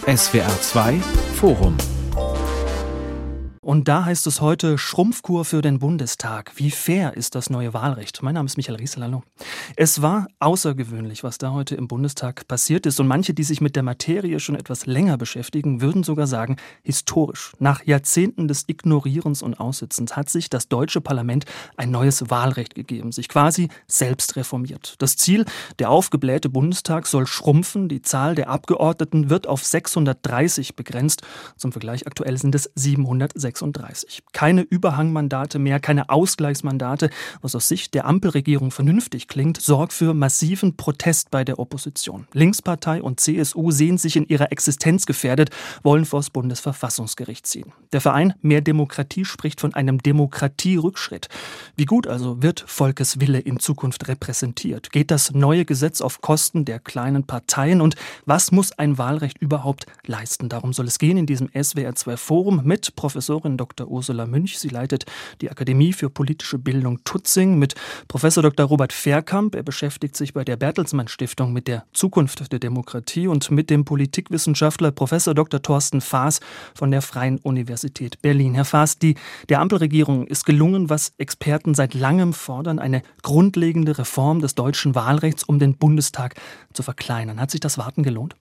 SWR 2 Forum. Und da heißt es heute Schrumpfkur für den Bundestag. Wie fair ist das neue Wahlrecht? Mein Name ist Michael Riesel, hallo. Es war außergewöhnlich, was da heute im Bundestag passiert ist. Und manche, die sich mit der Materie schon etwas länger beschäftigen, würden sogar sagen, historisch. Nach Jahrzehnten des Ignorierens und Aussitzens hat sich das deutsche Parlament ein neues Wahlrecht gegeben, sich quasi selbst reformiert. Das Ziel, der aufgeblähte Bundestag soll schrumpfen. Die Zahl der Abgeordneten wird auf 630 begrenzt. Zum Vergleich, aktuell sind es 736. Keine Überhangmandate mehr, keine Ausgleichsmandate, was aus Sicht der Ampelregierung vernünftig klingt, sorgt für massiven Protest bei der Opposition. Linkspartei und CSU sehen sich in ihrer Existenz gefährdet, wollen vor das Bundesverfassungsgericht ziehen. Der Verein Mehr Demokratie spricht von einem Demokratierückschritt. Wie gut also wird Volkes Wille in Zukunft repräsentiert? Geht das neue Gesetz auf Kosten der kleinen Parteien? Und was muss ein Wahlrecht überhaupt leisten? Darum soll es gehen in diesem SWR 2 Forum mit Professorin Dr. Ursula Münch. Sie leitet die Akademie für politische Bildung Tutzing, mit Professor Dr. Robert Verkamp. Er beschäftigt sich bei der Bertelsmann Stiftung mit der Zukunft der Demokratie und mit dem Politikwissenschaftler Professor Dr. Thorsten Faas von der Freien Universität Berlin. Herr Faas, der Ampelregierung ist gelungen, was Experten seit langem fordern, eine grundlegende Reform des deutschen Wahlrechts, um den Bundestag zu verkleinern. Hat sich das Warten gelohnt?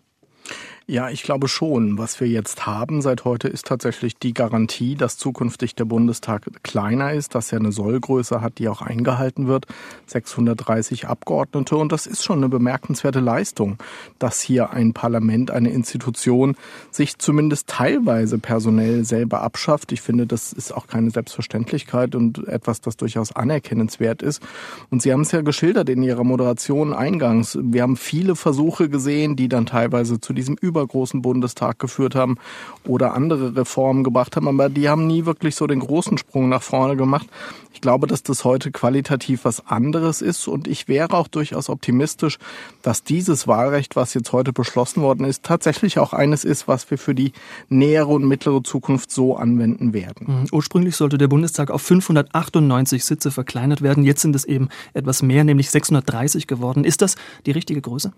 Ja, ich glaube schon. Was wir jetzt haben seit heute ist tatsächlich die Garantie, dass zukünftig der Bundestag kleiner ist, dass er eine Sollgröße hat, die auch eingehalten wird. 630 Abgeordnete. Und das ist schon eine bemerkenswerte Leistung, dass hier ein Parlament, eine Institution sich zumindest teilweise personell selber abschafft. Ich finde, das ist auch keine Selbstverständlichkeit und etwas, das durchaus anerkennenswert ist. Und Sie haben es ja geschildert in Ihrer Moderation eingangs. Wir haben viele Versuche gesehen, die dann teilweise zu diesem übergroßen Bundestag geführt haben oder andere Reformen gebracht haben, aber die haben nie wirklich so den großen Sprung nach vorne gemacht. Ich glaube, dass das heute qualitativ was anderes ist und ich wäre auch durchaus optimistisch, dass dieses Wahlrecht, was jetzt heute beschlossen worden ist, tatsächlich auch eines ist, was wir für die nähere und mittlere Zukunft so anwenden werden. Ursprünglich sollte der Bundestag auf 598 Sitze verkleinert werden. Jetzt sind es eben etwas mehr, nämlich 630 geworden. Ist das die richtige Größe?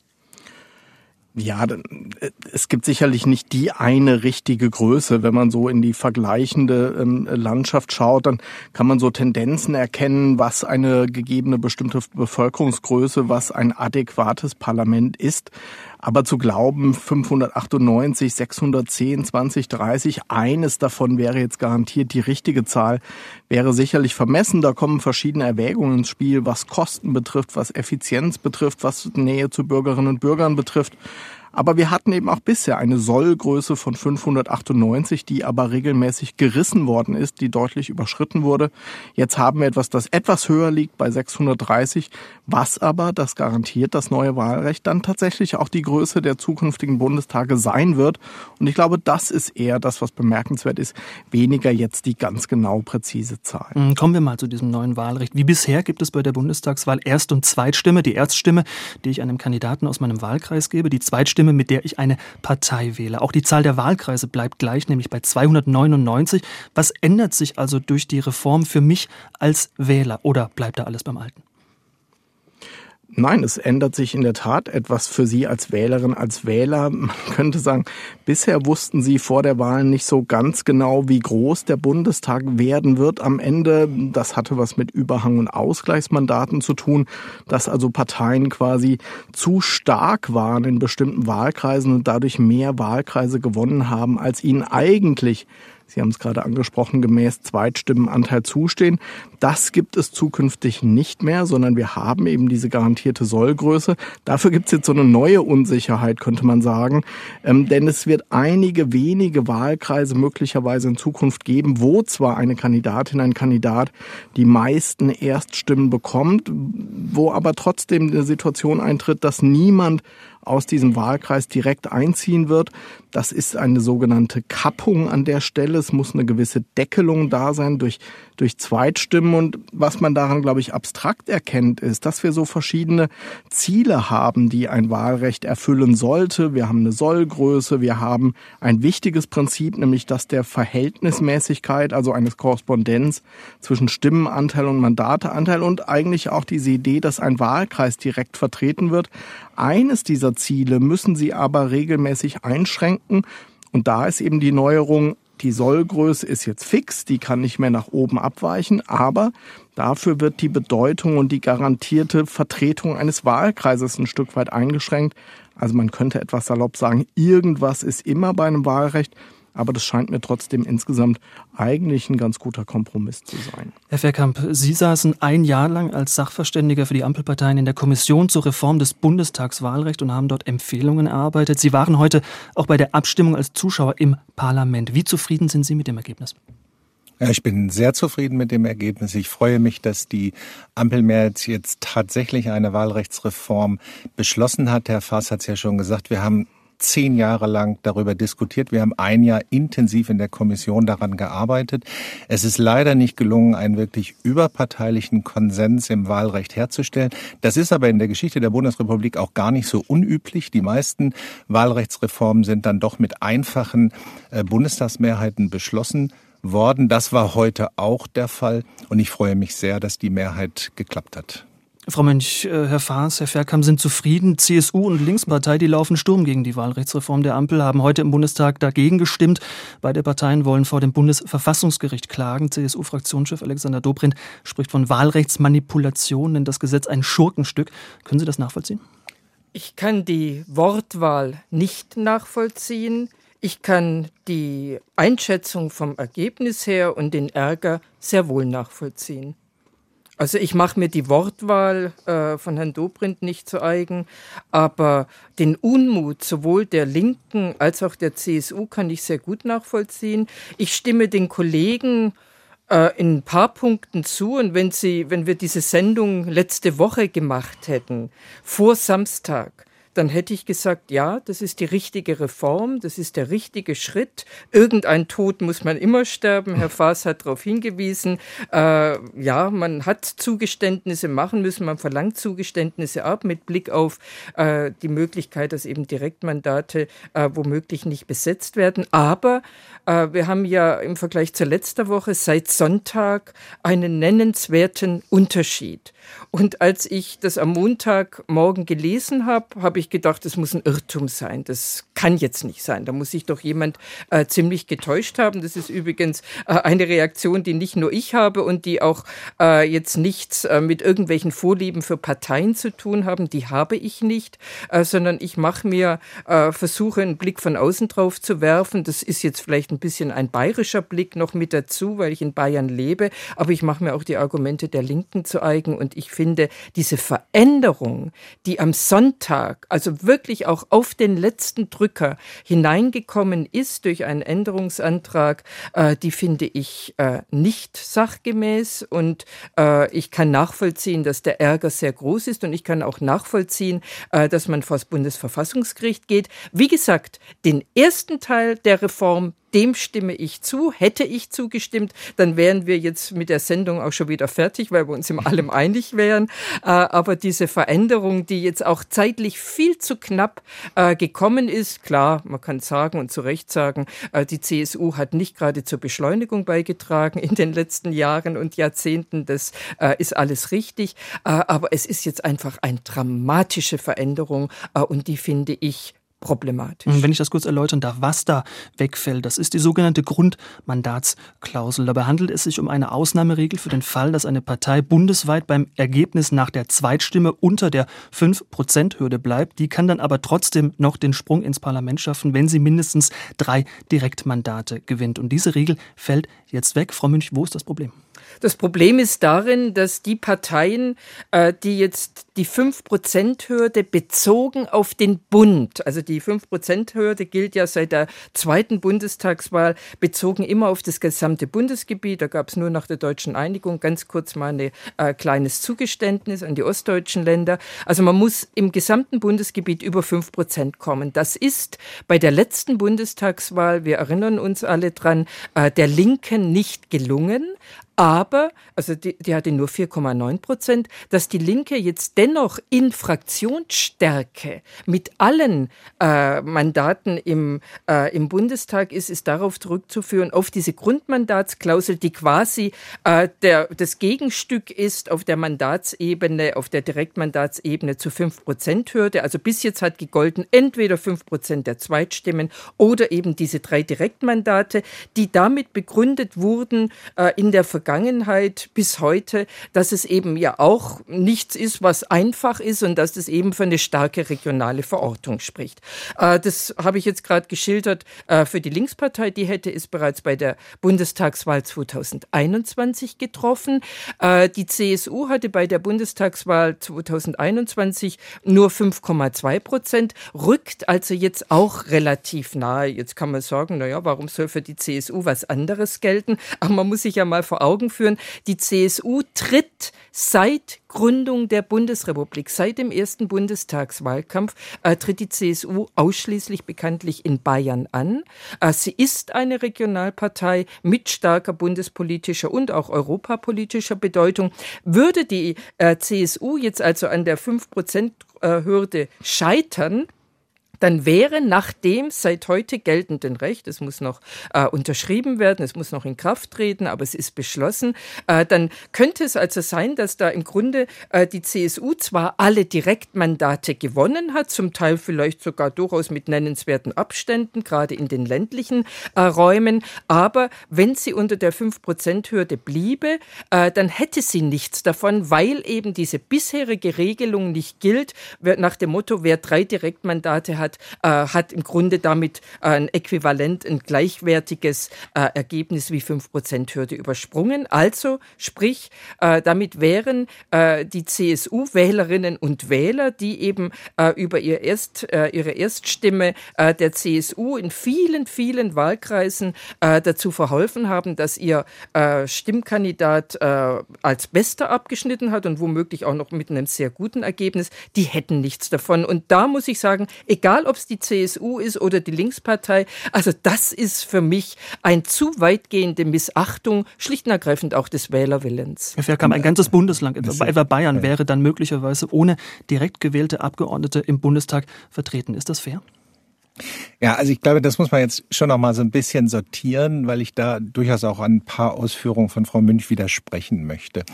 Ja, es gibt sicherlich nicht die eine richtige Größe. Wenn man so in die vergleichende Landschaft schaut, dann kann man so Tendenzen erkennen, was eine gegebene bestimmte Bevölkerungsgröße, was ein adäquates Parlament ist. Aber zu glauben, 598, 610, 2030, eines davon wäre jetzt garantiert die richtige Zahl, wäre sicherlich vermessen. Da kommen verschiedene Erwägungen ins Spiel, was Kosten betrifft, was Effizienz betrifft, was Nähe zu Bürgerinnen und Bürgern betrifft. Aber wir hatten eben auch bisher eine Sollgröße von 598, die aber regelmäßig gerissen worden ist, die deutlich überschritten wurde. Jetzt haben wir etwas, das etwas höher liegt bei 630, was aber, das garantiert das neue Wahlrecht, dann tatsächlich auch die Größe der zukünftigen Bundestage sein wird. Und ich glaube, das ist eher das, was bemerkenswert ist, weniger jetzt die ganz genau präzise Zahl. Kommen wir mal zu diesem neuen Wahlrecht. Wie bisher gibt es bei der Bundestagswahl Erst- und Zweitstimme. Die Erststimme, die ich einem Kandidaten aus meinem Wahlkreis gebe, die Zweitstimme, mit der ich eine Partei wähle. Auch die Zahl der Wahlkreise bleibt gleich, nämlich bei 299. Was ändert sich also durch die Reform für mich als Wähler oder bleibt da alles beim Alten? Nein, es ändert sich in der Tat etwas für Sie als Wählerin, als Wähler. Man könnte sagen, bisher wussten Sie vor der Wahl nicht so ganz genau, wie groß der Bundestag werden wird am Ende. Das hatte was mit Überhang- und Ausgleichsmandaten zu tun, dass also Parteien quasi zu stark waren in bestimmten Wahlkreisen und dadurch mehr Wahlkreise gewonnen haben, als ihnen eigentlich, Sie haben es gerade angesprochen, gemäß Zweitstimmenanteil zustehen. Das gibt es zukünftig nicht mehr, sondern wir haben eben diese garantierte Sollgröße. Dafür gibt es jetzt so eine neue Unsicherheit, könnte man sagen. Denn es wird einige wenige Wahlkreise möglicherweise in Zukunft geben, wo zwar eine Kandidatin, ein Kandidat die meisten Erststimmen bekommt, wo aber trotzdem eine Situation eintritt, dass niemand aus diesem Wahlkreis direkt einziehen wird. Das ist eine sogenannte Kappung an der Stelle. Es muss eine gewisse Deckelung da sein durch Zweitstimmen. Und was man daran, glaube ich, abstrakt erkennt, ist, dass wir so verschiedene Ziele haben, die ein Wahlrecht erfüllen sollte. Wir haben eine Sollgröße, wir haben ein wichtiges Prinzip, nämlich das der Verhältnismäßigkeit, also eines Korrespondenz zwischen Stimmenanteil und Mandateanteil und eigentlich auch diese Idee, dass ein Wahlkreis direkt vertreten wird. Eines dieser ihre Ziele, müssen sie aber regelmäßig einschränken. Und da ist eben die Neuerung, die Sollgröße ist jetzt fix, die kann nicht mehr nach oben abweichen, aber dafür wird die Bedeutung und die garantierte Vertretung eines Wahlkreises ein Stück weit eingeschränkt. Also man könnte etwas salopp sagen, irgendwas ist immer bei einem Wahlrecht, aber das scheint mir trotzdem insgesamt eigentlich ein ganz guter Kompromiss zu sein. Herr Verkamp, Sie saßen ein Jahr lang als Sachverständiger für die Ampelparteien in der Kommission zur Reform des Bundestagswahlrechts und haben dort Empfehlungen erarbeitet. Sie waren heute auch bei der Abstimmung als Zuschauer im Parlament. Wie zufrieden sind Sie mit dem Ergebnis? Ja, ich bin sehr zufrieden mit dem Ergebnis. Ich freue mich, dass die Ampelmehrheit jetzt tatsächlich eine Wahlrechtsreform beschlossen hat. Herr Faas hat es ja schon gesagt, wir haben 10 Jahre lang darüber diskutiert. Wir haben ein Jahr intensiv in der Kommission daran gearbeitet. Es ist leider nicht gelungen, einen wirklich überparteilichen Konsens im Wahlrecht herzustellen. Das ist aber in der Geschichte der Bundesrepublik auch gar nicht so unüblich. Die meisten Wahlrechtsreformen sind dann doch mit einfachen Bundestagsmehrheiten beschlossen worden. Das war heute auch der Fall. Und ich freue mich sehr, dass die Mehrheit geklappt hat. Frau Mönch, Herr Faas, Herr Verkamp sind zufrieden. CSU und Linkspartei, die laufen Sturm gegen die Wahlrechtsreform der Ampel, haben heute im Bundestag dagegen gestimmt. Beide Parteien wollen vor dem Bundesverfassungsgericht klagen. CSU-Fraktionschef Alexander Dobrindt spricht von Wahlrechtsmanipulation, nennt das Gesetz ein Schurkenstück. Können Sie das nachvollziehen? Ich kann die Wortwahl nicht nachvollziehen. Ich kann die Einschätzung vom Ergebnis her und den Ärger sehr wohl nachvollziehen. Also ich mache mir die Wortwahl von Herrn Dobrindt nicht zu eigen, aber den Unmut sowohl der Linken als auch der CSU kann ich sehr gut nachvollziehen. Ich stimme den Kollegen in ein paar Punkten zu, und wenn wir diese Sendung letzte Woche gemacht hätten, vor Samstag, dann hätte ich gesagt, ja, das ist die richtige Reform, das ist der richtige Schritt. Irgendein Tod muss man immer sterben. Herr Faas hat darauf hingewiesen. Ja, man hat Zugeständnisse machen müssen, man verlangt Zugeständnisse ab mit Blick auf die Möglichkeit, dass eben Direktmandate womöglich nicht besetzt werden. Aber wir haben ja im Vergleich zur letzten Woche seit Sonntag einen nennenswerten Unterschied. Und als ich das am Montagmorgen gelesen habe, habe ich gedacht, das muss ein Irrtum sein. Das kann jetzt nicht sein. Da muss sich doch jemand ziemlich getäuscht haben. Das ist übrigens eine Reaktion, die nicht nur ich habe und die auch jetzt nichts mit irgendwelchen Vorlieben für Parteien zu tun haben. Die habe ich nicht, sondern ich versuche einen Blick von außen drauf zu werfen. Das ist jetzt vielleicht ein bisschen ein bayerischer Blick noch mit dazu, weil ich in Bayern lebe. Aber ich mache mir auch die Argumente der Linken zu eigen, und ich finde, diese Veränderung, die am Sonntag, also wirklich auch auf den letzten Drücker hineingekommen ist durch einen Änderungsantrag, die finde ich nicht sachgemäß, und ich kann nachvollziehen, dass der Ärger sehr groß ist, und ich kann auch nachvollziehen, dass man vor das Bundesverfassungsgericht geht. Wie gesagt, den ersten Teil der Reform, dem stimme ich zu. Hätte ich zugestimmt, dann wären wir jetzt mit der Sendung auch schon wieder fertig, weil wir uns in allem einig wären. Aber diese Veränderung, die jetzt auch zeitlich viel zu knapp gekommen ist, klar, man kann sagen und zu Recht sagen, die CSU hat nicht gerade zur Beschleunigung beigetragen in den letzten Jahren und Jahrzehnten. Das ist alles richtig. Aber es ist jetzt einfach eine dramatische Veränderung, und die finde ich problematisch. Wenn ich das kurz erläutern darf, was da wegfällt, das ist die sogenannte Grundmandatsklausel. Dabei handelt es sich um eine Ausnahmeregel für den Fall, dass eine Partei bundesweit beim Ergebnis nach der Zweitstimme unter der 5%-Hürde bleibt. Die kann dann aber trotzdem noch den Sprung ins Parlament schaffen, wenn sie mindestens 3 Direktmandate gewinnt. Und diese Regel fällt jetzt weg. Frau Münch, wo ist das Problem? Das Problem ist darin, dass die Parteien, die jetzt die 5%-Hürde bezogen auf den Bund, also die 5%-Hürde gilt ja seit der zweiten Bundestagswahl bezogen immer auf das gesamte Bundesgebiet. Da gab es nur nach der deutschen Einigung ganz kurz mal ein kleines Zugeständnis an die ostdeutschen Länder. Also man muss im gesamten Bundesgebiet über 5% kommen. Das ist bei der letzten Bundestagswahl, wir erinnern uns alle dran, der Linken nicht gelungen. Aber, also die hatte nur 4,9%, dass die Linke jetzt dennoch in Fraktionsstärke mit allen Mandaten im Bundestag ist darauf zurückzuführen, auf diese Grundmandatsklausel, die quasi das Gegenstück ist auf der Mandatsebene, auf der Direktmandatsebene zur 5%-Hürde. Also bis jetzt hat gegolten entweder 5% der Zweitstimmen oder eben diese 3 Direktmandate, die damit begründet wurden in der Vergangenheit bis heute, dass es eben ja auch nichts ist, was einfach ist und dass das eben für eine starke regionale Verortung spricht. Das habe ich jetzt gerade geschildert für die Linkspartei. Die hätte es bereits bei der Bundestagswahl 2021 getroffen. Die CSU hatte bei der Bundestagswahl 2021 nur 5,2%, rückt also jetzt auch relativ nahe. Jetzt kann man sagen, naja, warum soll für die CSU was anderes gelten? Aber man muss sich ja mal vor Augen führen, die CSU tritt seit Gründung der Bundesrepublik, seit dem ersten Bundestagswahlkampf, tritt die CSU ausschließlich bekanntlich in Bayern an. Sie ist eine Regionalpartei mit starker bundespolitischer und auch europapolitischer Bedeutung. Würde die CSU jetzt also an der 5%-Hürde scheitern, dann wäre nach dem seit heute geltenden Recht, es muss noch unterschrieben werden, es muss noch in Kraft treten, aber es ist beschlossen, dann könnte es also sein, dass da im Grunde die CSU zwar alle Direktmandate gewonnen hat, zum Teil vielleicht sogar durchaus mit nennenswerten Abständen, gerade in den ländlichen Räumen, aber wenn sie unter der 5%-Hürde bliebe, dann hätte sie nichts davon, weil eben diese bisherige Regelung nicht gilt, nach dem Motto, wer 3 Direktmandate hat im Grunde damit ein äquivalent, ein gleichwertiges Ergebnis wie 5%-Hürde übersprungen. Also sprich, damit wären die CSU-Wählerinnen und Wähler, die eben über ihre Erststimme der CSU in vielen, vielen Wahlkreisen dazu verholfen haben, dass ihr Stimmkandidat als Bester abgeschnitten hat und womöglich auch noch mit einem sehr guten Ergebnis, die hätten nichts davon. Und da muss ich sagen, egal ob es die CSU ist oder die Linkspartei, also das ist für mich eine zu weitgehende Missachtung, schlicht und ergreifend auch des Wählerwillens. Herr Verkamp, ein ganzes Bundesland, etwa Bayern, wäre dann möglicherweise ohne direkt gewählte Abgeordnete im Bundestag vertreten. Ist das fair? Ja, also ich glaube, das muss man jetzt schon noch mal so ein bisschen sortieren, weil ich da durchaus auch an ein paar Ausführungen von Frau Münch widersprechen möchte.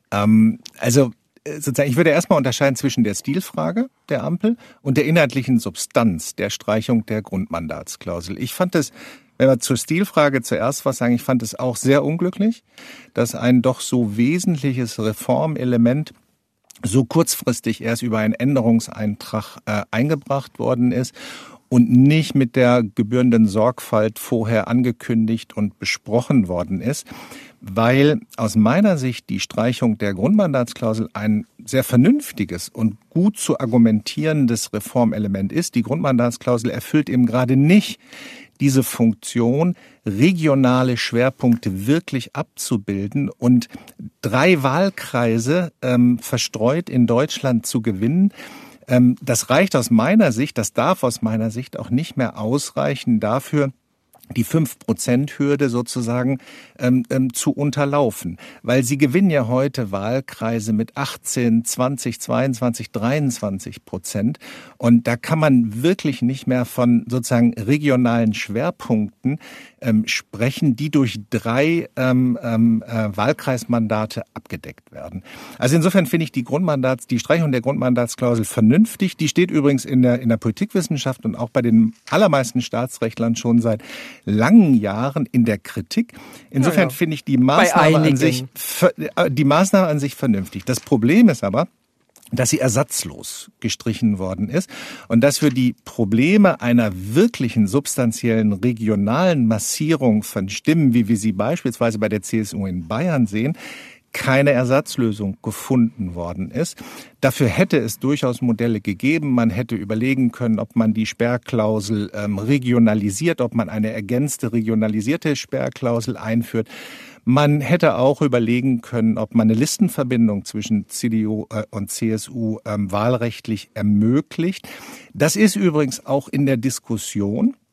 Sozusagen, ich würde erstmal unterscheiden zwischen der Stilfrage der Ampel und der inhaltlichen Substanz der Streichung der Grundmandatsklausel. Ich fand es, wenn wir zur Stilfrage zuerst was sagen, ich fand es auch sehr unglücklich, dass ein doch so wesentliches Reformelement so kurzfristig erst über einen Änderungseintrag eingebracht worden ist und nicht mit der gebührenden Sorgfalt vorher angekündigt und besprochen worden ist, weil aus meiner Sicht die Streichung der Grundmandatsklausel ein sehr vernünftiges und gut zu argumentierendes Reformelement ist. Die Grundmandatsklausel erfüllt eben gerade nicht diese Funktion, regionale Schwerpunkte wirklich abzubilden und 3 Wahlkreise verstreut in Deutschland zu gewinnen. Das reicht aus meiner Sicht, das darf aus meiner Sicht auch nicht mehr ausreichen dafür, die 5%-Hürde sozusagen zu unterlaufen. Weil sie gewinnen ja heute Wahlkreise mit 18, 20, 22, 23%. Und da kann man wirklich nicht mehr von sozusagen regionalen Schwerpunkten sprechen, die durch 3 Wahlkreismandate abgedeckt werden. Also insofern finde ich die Streichung der Grundmandatsklausel vernünftig. Die steht übrigens in der Politikwissenschaft und auch bei den allermeisten Staatsrechtlern schon seit langen Jahren in der Kritik. Insofern finde ich die Maßnahme an sich vernünftig. Das Problem ist aber, dass sie ersatzlos gestrichen worden ist und dass für die Probleme einer wirklichen substanziellen regionalen Massierung von Stimmen, wie wir sie beispielsweise bei der CSU in Bayern sehen, keine Ersatzlösung gefunden worden ist. Dafür hätte es durchaus Modelle gegeben. Man hätte überlegen können, ob man die Sperrklausel regionalisiert, ob man eine ergänzte regionalisierte Sperrklausel einführt. Man hätte auch überlegen können, ob man eine Listenverbindung zwischen CDU und CSU wahlrechtlich ermöglicht. Das ist übrigens auch in der Diskussion.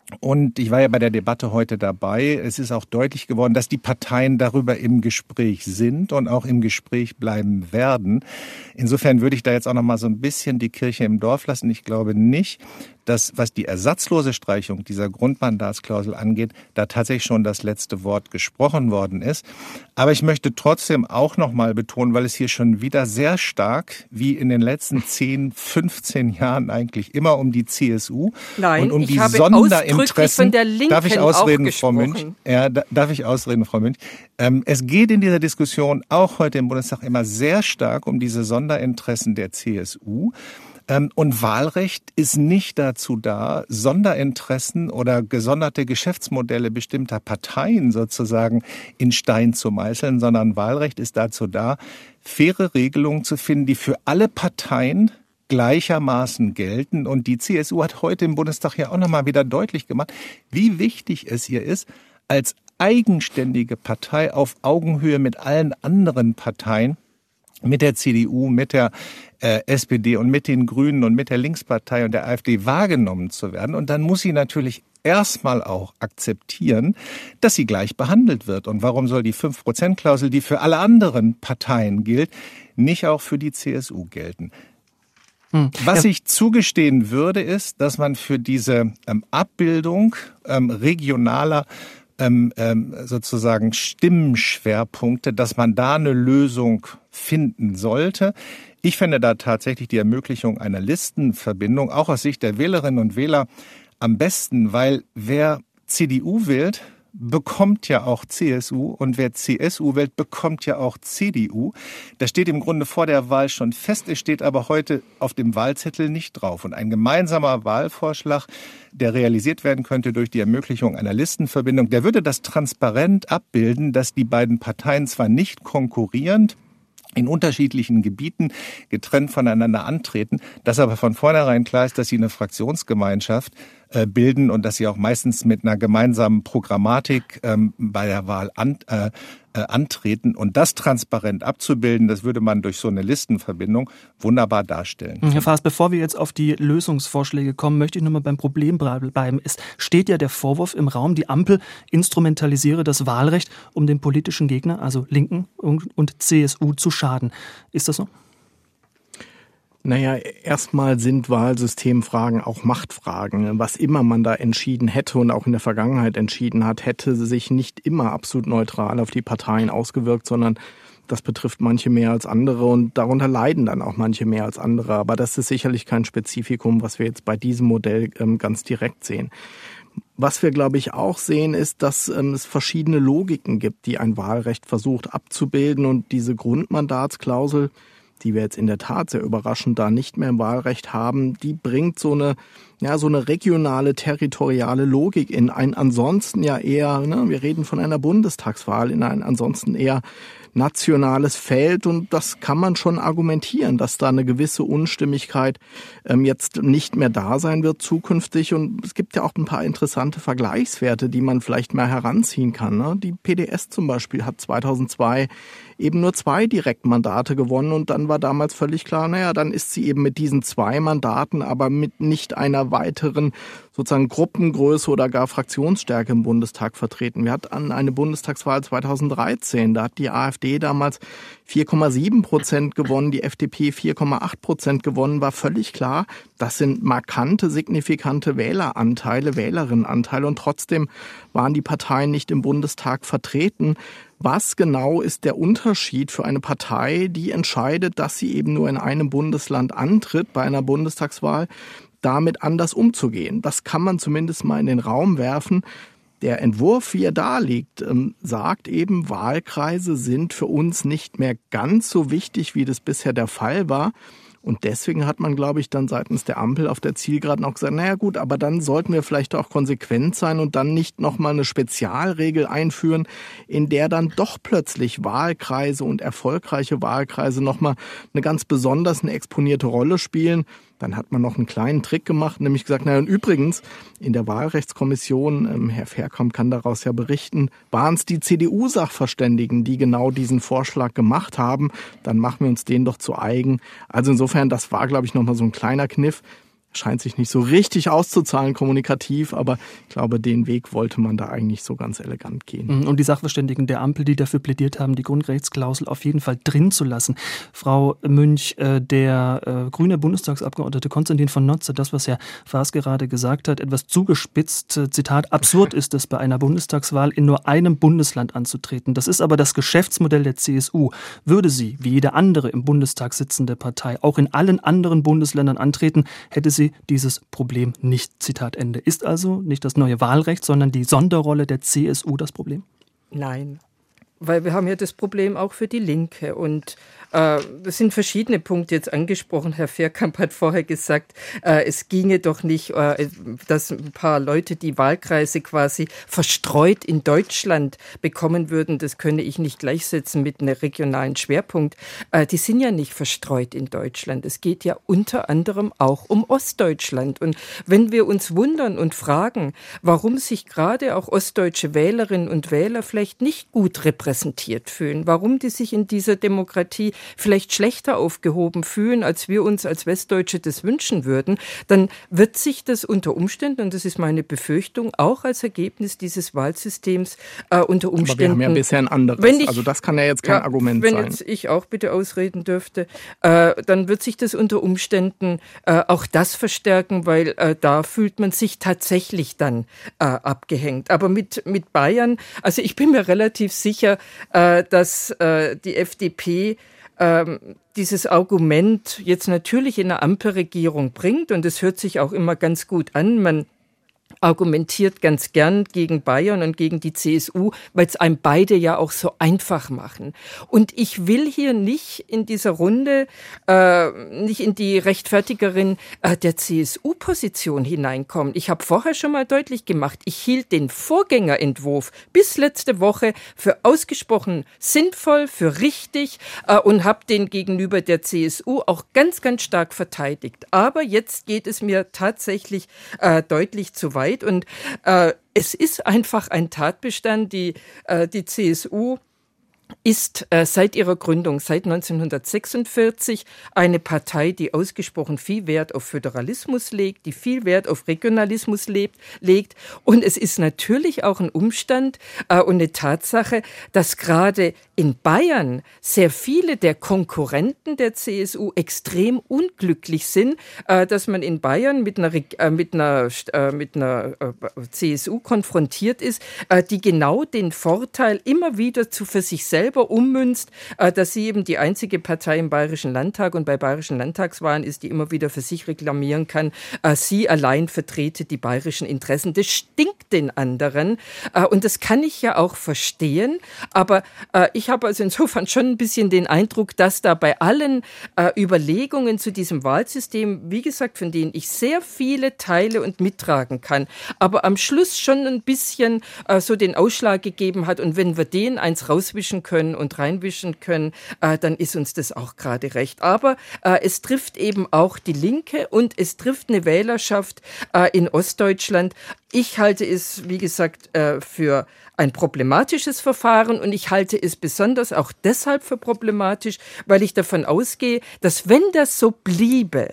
Und ich war ja bei der Debatte heute dabei. Es ist auch deutlich geworden, dass die Parteien darüber im Gespräch sind und auch im Gespräch bleiben werden. Insofern würde ich da jetzt auch noch mal so ein bisschen die Kirche im Dorf lassen. Ich glaube nicht, dass, was die ersatzlose Streichung dieser Grundmandatsklausel angeht, da tatsächlich schon das letzte Wort gesprochen worden ist. Aber ich möchte trotzdem auch noch mal betonen, weil es hier schon wieder sehr stark, wie in den letzten 10, 15 Jahren eigentlich immer um die CSU und um die Sonderinteressen. Darf ich ausreden, Frau Münch? Ja, darf ich ausreden, Frau Münch? Es geht in dieser Diskussion auch heute im Bundestag immer sehr stark um diese Sonderinteressen der CSU. Und Wahlrecht ist nicht dazu da, Sonderinteressen oder gesonderte Geschäftsmodelle bestimmter Parteien sozusagen in Stein zu meißeln, sondern Wahlrecht ist dazu da, faire Regelungen zu finden, die für alle Parteien gleichermaßen gelten. Und die CSU hat heute im Bundestag ja auch nochmal wieder deutlich gemacht, wie wichtig es ihr ist, als eigenständige Partei auf Augenhöhe mit allen anderen Parteien, mit der CDU, mit der SPD und mit den Grünen und mit der Linkspartei und der AfD wahrgenommen zu werden. Und dann muss sie natürlich erstmal auch akzeptieren, dass sie gleich behandelt wird. Und warum soll die 5%-Klausel, die für alle anderen Parteien gilt, nicht auch für die CSU gelten? Was ich zugestehen würde, ist, dass man für diese Abbildung regionaler sozusagen Stimmenschwerpunkte, dass man da eine Lösung finden sollte. Ich fände da tatsächlich die Ermöglichung einer Listenverbindung, auch aus Sicht der Wählerinnen und Wähler, am besten, weil wer CDU wählt, bekommt ja auch CSU und wer CSU wählt, bekommt ja auch CDU. Das steht im Grunde vor der Wahl schon fest, es steht aber heute auf dem Wahlzettel nicht drauf. Und ein gemeinsamer Wahlvorschlag, der realisiert werden könnte durch die Ermöglichung einer Listenverbindung, der würde das transparent abbilden, dass die beiden Parteien zwar nicht konkurrierend in unterschiedlichen Gebieten getrennt voneinander antreten, dass aber von vornherein klar ist, dass sie eine Fraktionsgemeinschaft bilden und dass sie auch meistens mit einer gemeinsamen Programmatik bei der Wahl antreten. Und das transparent abzubilden, das würde man durch so eine Listenverbindung wunderbar darstellen. Herr Faas, bevor wir jetzt auf die Lösungsvorschläge kommen, möchte ich nochmal beim Problem bleiben. Es steht ja der Vorwurf im Raum, die Ampel instrumentalisiere das Wahlrecht, um den politischen Gegner, also Linken und CSU, zu schaden. Ist das so? Naja, erstmal sind Wahlsystemfragen auch Machtfragen. Was immer man da entschieden hätte und auch in der Vergangenheit entschieden hat, hätte sich nicht immer absolut neutral auf die Parteien ausgewirkt, sondern das betrifft manche mehr als andere und darunter leiden dann auch manche mehr als andere. Aber das ist sicherlich kein Spezifikum, was wir jetzt bei diesem Modell ganz direkt sehen. Was wir, glaube ich, auch sehen, ist, dass es verschiedene Logiken gibt, die ein Wahlrecht versucht abzubilden. Und diese Grundmandatsklausel, die wir jetzt in der Tat sehr überraschend da nicht mehr im Wahlrecht haben, die bringt so eine regionale, territoriale Logik in ein ansonsten ja eher, wir reden von einer Bundestagswahl, in ein ansonsten eher nationales Feld, und das kann man schon argumentieren, dass da eine gewisse Unstimmigkeit jetzt nicht mehr da sein wird zukünftig, und es gibt ja auch ein paar interessante Vergleichswerte, die man vielleicht mal heranziehen kann. Ne? Die PDS zum Beispiel hat 2002 eben nur 2 Direktmandate gewonnen, und dann war damals völlig klar, dann ist sie eben mit diesen 2 Mandaten, aber mit nicht einer weiteren sozusagen Gruppengröße oder gar Fraktionsstärke im Bundestag vertreten. Wir hatten eine Bundestagswahl 2013, da hat die AfD damals 4,7% gewonnen, die FDP 4,8% gewonnen, war völlig klar, das sind markante, signifikante Wählerinnenanteile, und trotzdem waren die Parteien nicht im Bundestag vertreten. Was genau ist der Unterschied für eine Partei, die entscheidet, dass sie eben nur in einem Bundesland antritt bei einer Bundestagswahl, damit anders umzugehen? Das kann man zumindest mal in den Raum werfen. Der Entwurf, wie er da liegt, sagt eben, Wahlkreise sind für uns nicht mehr ganz so wichtig, wie das bisher der Fall war. Und deswegen hat man, glaube ich, dann seitens der Ampel auf der Zielgeraden auch gesagt, gut, aber dann sollten wir vielleicht auch konsequent sein und dann nicht nochmal eine Spezialregel einführen, in der dann doch plötzlich Wahlkreise und erfolgreiche Wahlkreise nochmal eine ganz besonders eine exponierte Rolle spielen. Dann hat man noch einen kleinen Trick gemacht, nämlich gesagt, und übrigens, in der Wahlrechtskommission, Herr Verkamp kann daraus ja berichten, waren es die CDU-Sachverständigen, die genau diesen Vorschlag gemacht haben. Dann machen wir uns den doch zu eigen. Also insofern, das war, glaube ich, nochmal so ein kleiner Kniff. Scheint sich nicht so richtig auszuzahlen kommunikativ, aber ich glaube, den Weg wollte man da eigentlich so ganz elegant gehen. Und die Sachverständigen der Ampel, die dafür plädiert haben, die Grundrechtsklausel auf jeden Fall drin zu lassen. Frau Münch, der grüne Bundestagsabgeordnete Konstantin von Notze, das, was Herr Faas gerade gesagt hat, etwas zugespitzt, Zitat, absurd ist es, bei einer Bundestagswahl in nur einem Bundesland anzutreten. Das ist aber das Geschäftsmodell der CSU. Würde sie, wie jede andere im Bundestag sitzende Partei, auch in allen anderen Bundesländern antreten, hätte sie dieses Problem nicht. Zitat Ende. Ist also nicht das neue Wahlrecht, sondern die Sonderrolle der CSU das Problem? Nein, weil wir haben ja das Problem auch für die Linke und es sind verschiedene Punkte jetzt angesprochen. Herr Fehrkamp hat vorher gesagt, es ginge doch nicht, dass ein paar Leute die Wahlkreise quasi verstreut in Deutschland bekommen würden. Das könne ich nicht gleichsetzen mit einem regionalen Schwerpunkt. Die sind ja nicht verstreut in Deutschland. Es geht ja unter anderem auch um Ostdeutschland. Und wenn wir uns wundern und fragen, warum sich gerade auch ostdeutsche Wählerinnen und Wähler vielleicht nicht gut repräsentiert fühlen, warum die sich in dieser Demokratie vielleicht schlechter aufgehoben fühlen, als wir uns als Westdeutsche das wünschen würden, dann wird sich das unter Umständen, und das ist meine Befürchtung, auch als Ergebnis dieses Wahlsystems unter Umständen... Aber wir haben ja bisher ein anderes, also das kann ja jetzt kein Argument sein. Wenn jetzt ich auch bitte ausreden dürfte, dann wird sich das unter Umständen auch das verstärken, weil da fühlt man sich tatsächlich dann abgehängt. Aber mit Bayern, also ich bin mir relativ sicher, dass die FDP dieses Argument jetzt natürlich in einer Ampelregierung bringt und es hört sich auch immer ganz gut an. Man argumentiert ganz gern gegen Bayern und gegen die CSU, weil es einem beide ja auch so einfach machen. Und ich will hier nicht in dieser Runde, nicht in die Rechtfertigerin der CSU-Position hineinkommen. Ich habe vorher schon mal deutlich gemacht, ich hielt den Vorgängerentwurf bis letzte Woche für ausgesprochen sinnvoll, für richtig und habe den gegenüber der CSU auch ganz, ganz stark verteidigt. Aber jetzt geht es mir tatsächlich deutlich zu weit. Und es ist einfach ein Tatbestand, die CSU ist seit ihrer Gründung, seit 1946, eine Partei, die ausgesprochen viel Wert auf Föderalismus legt, die viel Wert auf Regionalismus legt. Und es ist natürlich auch ein Umstand und eine Tatsache, dass gerade in Bayern sehr viele der Konkurrenten der CSU extrem unglücklich sind, dass man in Bayern mit einer CSU konfrontiert ist, die genau den Vorteil immer wieder für sich selber ummünzt, dass sie eben die einzige Partei im Bayerischen Landtag und bei bayerischen Landtagswahlen ist, die immer wieder für sich reklamieren kann, sie allein vertrete die bayerischen Interessen. Das stinkt den anderen und das kann ich ja auch verstehen, aber ich habe also insofern schon ein bisschen den Eindruck, dass da bei allen Überlegungen zu diesem Wahlsystem, wie gesagt, von denen ich sehr viele teile und mittragen kann, aber am Schluss schon ein bisschen so den Ausschlag gegeben hat und wenn wir den eins rauswischen können und reinwischen können, dann ist uns das auch gerade recht. Aber es trifft eben auch die Linke und es trifft eine Wählerschaft in Ostdeutschland. Ich halte es, wie gesagt, für ein problematisches Verfahren und ich halte es besonders auch deshalb für problematisch, weil ich davon ausgehe, dass wenn das so bliebe,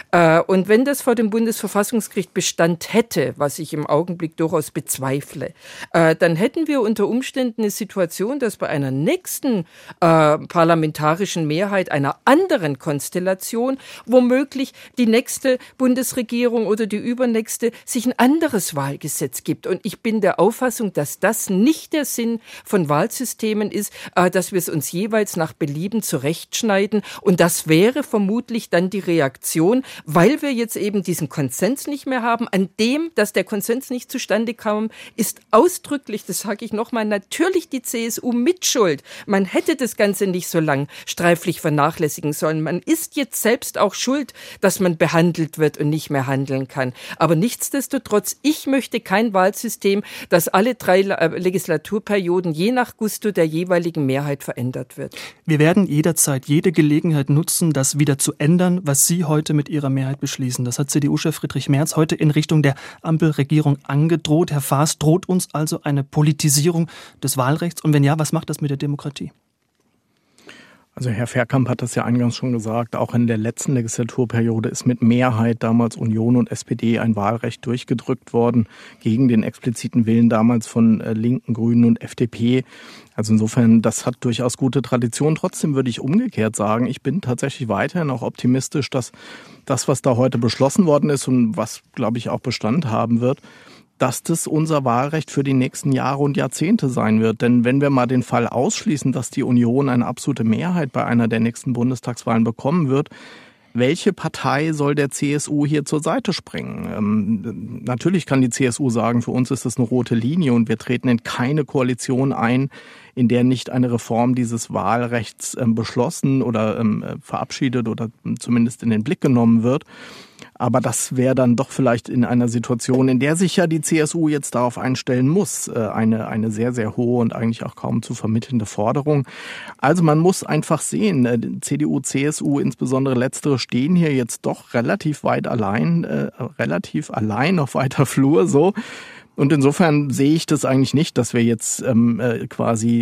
und wenn das vor dem Bundesverfassungsgericht Bestand hätte, was ich im Augenblick durchaus bezweifle, dann hätten wir unter Umständen eine Situation, dass bei einer nächsten parlamentarischen Mehrheit einer anderen Konstellation womöglich die nächste Bundesregierung oder die übernächste sich ein anderes Wahlgesetz gibt. Und ich bin der Auffassung, dass das nicht der Sinn von Wahlsystemen ist, dass wir es uns jeweils nach Belieben zurechtschneiden. Und das wäre vermutlich dann die Reaktion, weil wir jetzt eben diesen Konsens nicht mehr haben. An dem, dass der Konsens nicht zustande kam, ist ausdrücklich, das sage ich nochmal, natürlich die CSU mitschuld. Man hätte das Ganze nicht so lang streiflich vernachlässigen sollen. Man ist jetzt selbst auch schuld, dass man behandelt wird und nicht mehr handeln kann. Aber nichtsdestotrotz, ich möchte kein Wahlsystem, das alle 3 Legislaturperioden je nach Gusto der jeweiligen Mehrheit verändert wird. Wir werden jederzeit jede Gelegenheit nutzen, das wieder zu ändern, was Sie heute mit Ihrer Mehrheit beschließen. Das hat CDU-Chef Friedrich Merz heute in Richtung der Ampelregierung angedroht. Herr Faas, droht uns also eine Politisierung des Wahlrechts? Und wenn ja, was macht das mit der Demokratie? Also Herr Verkamp hat das ja eingangs schon gesagt, auch in der letzten Legislaturperiode ist mit Mehrheit damals Union und SPD ein Wahlrecht durchgedrückt worden, gegen den expliziten Willen damals von Linken, Grünen und FDP. Also insofern, das hat durchaus gute Tradition. Trotzdem würde ich umgekehrt sagen, ich bin tatsächlich weiterhin auch optimistisch, dass das, was da heute beschlossen worden ist und was, glaube ich, auch Bestand haben wird, dass das unser Wahlrecht für die nächsten Jahre und Jahrzehnte sein wird. Denn wenn wir mal den Fall ausschließen, dass die Union eine absolute Mehrheit bei einer der nächsten Bundestagswahlen bekommen wird, welche Partei soll der CSU hier zur Seite springen? Natürlich kann die CSU sagen, für uns ist das eine rote Linie und wir treten in keine Koalition ein, in der nicht eine Reform dieses Wahlrechts beschlossen oder verabschiedet oder zumindest in den Blick genommen wird. Aber das wäre dann doch vielleicht in einer Situation, in der sich ja die CSU jetzt darauf einstellen muss, eine sehr, sehr hohe und eigentlich auch kaum zu vermittelnde Forderung. Also man muss einfach sehen, CDU, CSU, insbesondere letztere, stehen hier jetzt doch relativ allein auf weiter Flur so. Und insofern sehe ich das eigentlich nicht, dass wir jetzt quasi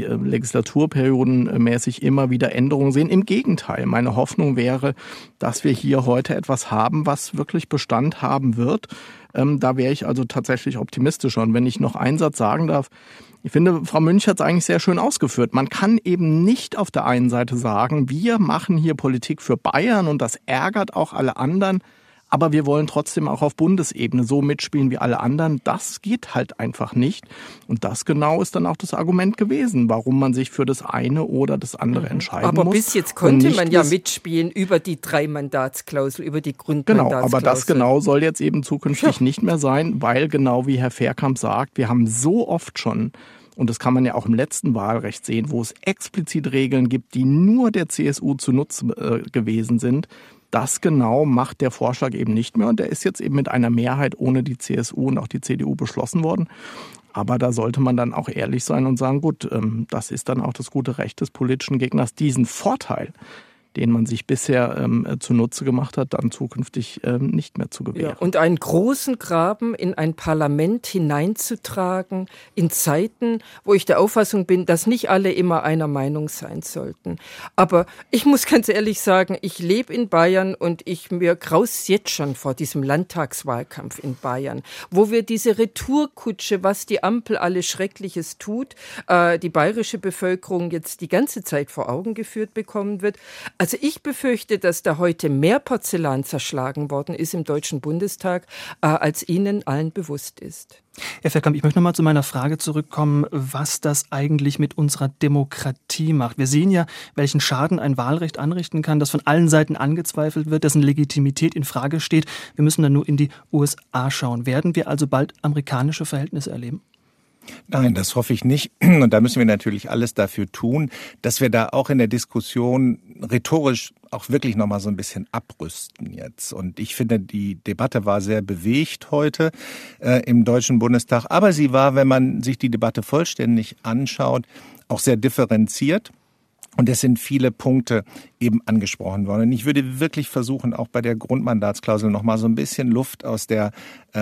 legislaturperiodenmäßig immer wieder Änderungen sehen. Im Gegenteil, meine Hoffnung wäre, dass wir hier heute etwas haben, was wirklich Bestand haben wird. Da wäre ich also tatsächlich optimistischer. Und wenn ich noch einen Satz sagen darf, ich finde, Frau Münch hat es eigentlich sehr schön ausgeführt. Man kann eben nicht auf der einen Seite sagen, wir machen hier Politik für Bayern und das ärgert auch alle anderen. Aber wir wollen trotzdem auch auf Bundesebene so mitspielen wie alle anderen. Das geht halt einfach nicht. Und das genau ist dann auch das Argument gewesen, warum man sich für das eine oder das andere entscheiden muss. Aber bis jetzt konnte man ja mitspielen über die 3-Mandatsklausel, über die Grundmandatsklausel. Genau, aber das genau soll jetzt eben zukünftig nicht mehr sein, weil genau wie Herr Verkamp sagt, wir haben so oft schon, und das kann man ja auch im letzten Wahlrecht sehen, wo es explizit Regeln gibt, die nur der CSU zunutze gewesen sind. Das genau macht der Vorschlag eben nicht mehr und der ist jetzt eben mit einer Mehrheit ohne die CSU und auch die CDU beschlossen worden. Aber da sollte man dann auch ehrlich sein und sagen, gut, das ist dann auch das gute Recht des politischen Gegners, diesen Vorteil, den man sich bisher zunutze gemacht hat, dann zukünftig nicht mehr zu gewähren. Ja, und einen großen Graben in ein Parlament hineinzutragen, in Zeiten, wo ich der Auffassung bin, dass nicht alle immer einer Meinung sein sollten. Aber ich muss ganz ehrlich sagen, ich lebe in Bayern und mir graust jetzt schon vor diesem Landtagswahlkampf in Bayern, wo wir diese Retourkutsche, was die Ampel alles Schreckliches tut, die bayerische Bevölkerung jetzt die ganze Zeit vor Augen geführt bekommen wird. Also ich befürchte, dass da heute mehr Porzellan zerschlagen worden ist im Deutschen Bundestag, als Ihnen allen bewusst ist. Herr Verkamp, ich möchte noch mal zu meiner Frage zurückkommen, was das eigentlich mit unserer Demokratie macht. Wir sehen ja, welchen Schaden ein Wahlrecht anrichten kann, das von allen Seiten angezweifelt wird, dessen Legitimität in Frage steht. Wir müssen dann nur in die USA schauen. Werden wir also bald amerikanische Verhältnisse erleben? Nein, das hoffe ich nicht. Und da müssen wir natürlich alles dafür tun, dass wir da auch in der Diskussion rhetorisch auch wirklich nochmal so ein bisschen abrüsten jetzt. Und ich finde, die Debatte war sehr bewegt heute im Deutschen Bundestag. Aber sie war, wenn man sich die Debatte vollständig anschaut, auch sehr differenziert. Und es sind viele Punkte eben angesprochen worden. Und ich würde wirklich versuchen, auch bei der Grundmandatsklausel noch mal so ein bisschen Luft aus der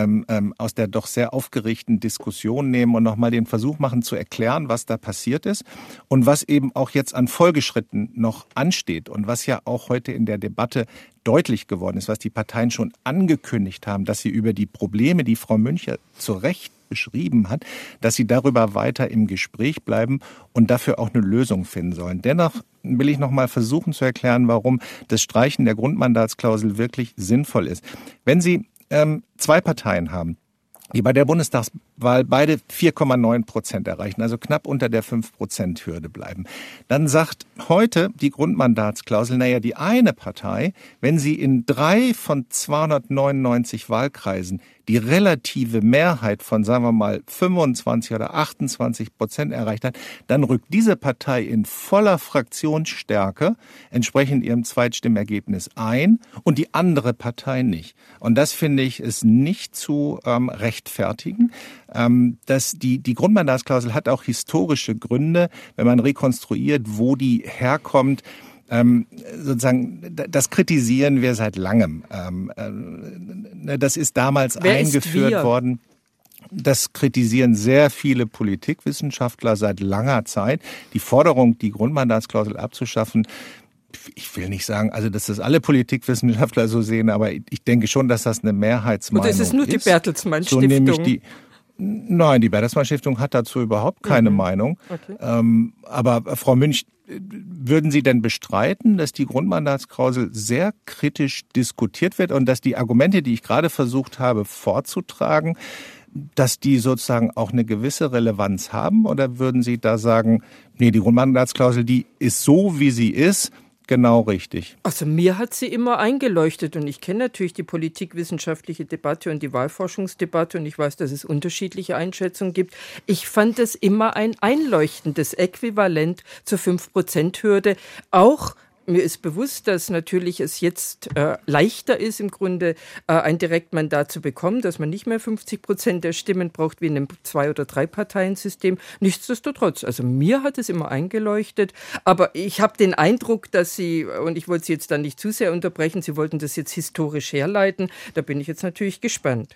doch sehr aufgeregten Diskussion nehmen und noch mal den Versuch machen zu erklären, was da passiert ist und was eben auch jetzt an Folgeschritten noch ansteht und was ja auch heute in der Debatte deutlich geworden ist, was die Parteien schon angekündigt haben, dass sie über die Probleme, die Frau Münch zu Recht beschrieben hat, dass sie darüber weiter im Gespräch bleiben und dafür auch eine Lösung finden sollen. Dennoch will ich noch mal versuchen zu erklären, warum das Streichen der Grundmandatsklausel wirklich sinnvoll ist. Wenn Sie zwei Parteien haben, die bei der Bundestagswahl beide 4,9% erreichen, also knapp unter der 5%-Hürde bleiben. Dann sagt heute die Grundmandatsklausel, die eine Partei, wenn sie in 3 von 299 Wahlkreisen die relative Mehrheit von, sagen wir mal, 25 oder 28% erreicht hat, dann rückt diese Partei in voller Fraktionsstärke entsprechend ihrem Zweitstimmergebnis ein und die andere Partei nicht. Und das finde ich ist nicht zu rechtfertigen. Die Grundmandatsklausel hat auch historische Gründe, wenn man rekonstruiert, wo die herkommt. Sozusagen, das kritisieren wir seit langem. Das ist damals eingeführt worden. Das kritisieren sehr viele Politikwissenschaftler seit langer Zeit. Die Forderung, die Grundmandatsklausel abzuschaffen, ich will nicht sagen, also dass das alle Politikwissenschaftler so sehen, aber ich denke schon, dass das eine Mehrheitsmeinung ist. Oder ist es nur die Bertelsmann Stiftung? Nein, die Bertelsmann Stiftung hat dazu überhaupt keine Meinung. Okay. Aber Frau Münch, würden Sie denn bestreiten, dass die Grundmandatsklausel sehr kritisch diskutiert wird und dass die Argumente, die ich gerade versucht habe vorzutragen, dass die sozusagen auch eine gewisse Relevanz haben? Oder würden Sie da sagen, nee, die Grundmandatsklausel, die ist so, wie sie ist, genau richtig? Also mir hat sie immer eingeleuchtet und ich kenne natürlich die politikwissenschaftliche Debatte und die Wahlforschungsdebatte und ich weiß, dass es unterschiedliche Einschätzungen gibt. Ich fand es immer ein einleuchtendes Äquivalent zur 5%-Hürde, auch mir ist bewusst, dass natürlich es jetzt leichter ist, im Grunde ein Direktmandat zu bekommen, dass man nicht mehr 50% der Stimmen braucht wie in einem 2- oder 3-Parteien-System. Nichtsdestotrotz, also mir hat es immer eingeleuchtet, aber ich habe den Eindruck, dass Sie, und ich wollte Sie jetzt dann nicht zu sehr unterbrechen, Sie wollten das jetzt historisch herleiten, da bin ich jetzt natürlich gespannt.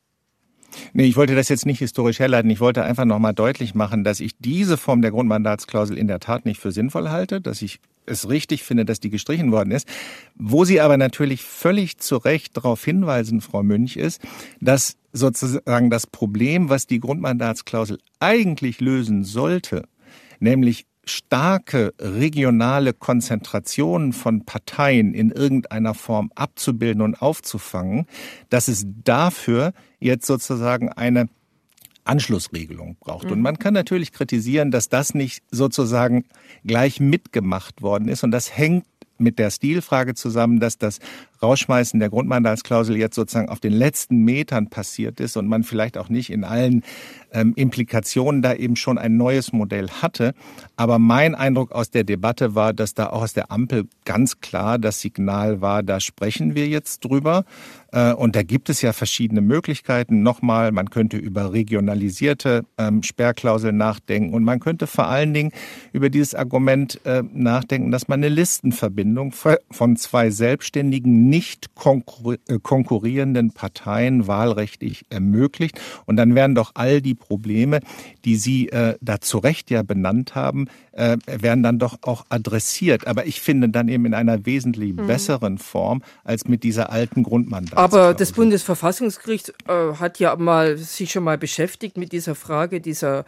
Nee, ich wollte das jetzt nicht historisch herleiten. Ich wollte einfach nochmal deutlich machen, dass ich diese Form der Grundmandatsklausel in der Tat nicht für sinnvoll halte, dass ich es richtig finde, dass die gestrichen worden ist. Wo Sie aber natürlich völlig zu Recht darauf hinweisen, Frau Münch, ist, dass sozusagen das Problem, was die Grundmandatsklausel eigentlich lösen sollte, nämlich starke regionale Konzentrationen von Parteien in irgendeiner Form abzubilden und aufzufangen, dass es dafür jetzt sozusagen eine Anschlussregelung braucht. Und man kann natürlich kritisieren, dass das nicht sozusagen gleich mitgemacht worden ist. Und das hängt mit der Stilfrage zusammen, dass das Rausschmeißen der Grundmandatsklausel jetzt sozusagen auf den letzten Metern passiert ist und man vielleicht auch nicht in allen Implikationen da eben schon ein neues Modell hatte. Aber mein Eindruck aus der Debatte war, dass da auch aus der Ampel ganz klar das Signal war, da sprechen wir jetzt drüber. Und da gibt es ja verschiedene Möglichkeiten. Nochmal, man könnte über regionalisierte Sperrklauseln nachdenken und man könnte vor allen Dingen über dieses Argument nachdenken, dass man eine Listenverbindung von zwei selbstständigen, nicht konkurrierenden Parteien wahlrechtlich ermöglicht. Und dann wären doch all die Probleme, die Sie da zu Recht ja benannt haben, werden dann doch auch adressiert. Aber ich finde dann eben in einer wesentlich besseren Form als mit dieser alten Grundmandatsklausel. Aber das Bundesverfassungsgericht hat ja sich schon mal beschäftigt mit dieser Frage dieser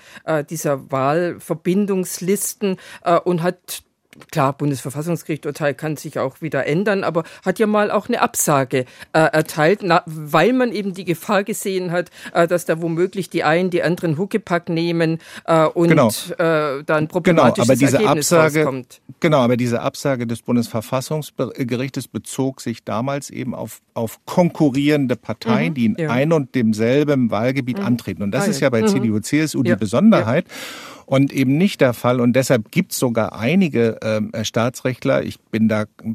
Wahlverbindungslisten und hat, klar, Bundesverfassungsgerichtsurteil kann sich auch wieder ändern, aber hat ja mal auch eine Absage erteilt, weil man eben die Gefahr gesehen hat, dass da womöglich die einen die anderen Huckepack nehmen und da ein problematisches Ergebnis rauskommt. Genau, aber diese Absage des Bundesverfassungsgerichtes bezog sich damals eben auf konkurrierende Parteien, die in ein und demselben Wahlgebiet antreten. Und das ist ja bei CDU, CSU die Besonderheit. Und eben nicht der Fall. Und deshalb gibt es sogar einige Staatsrechtler, ich bin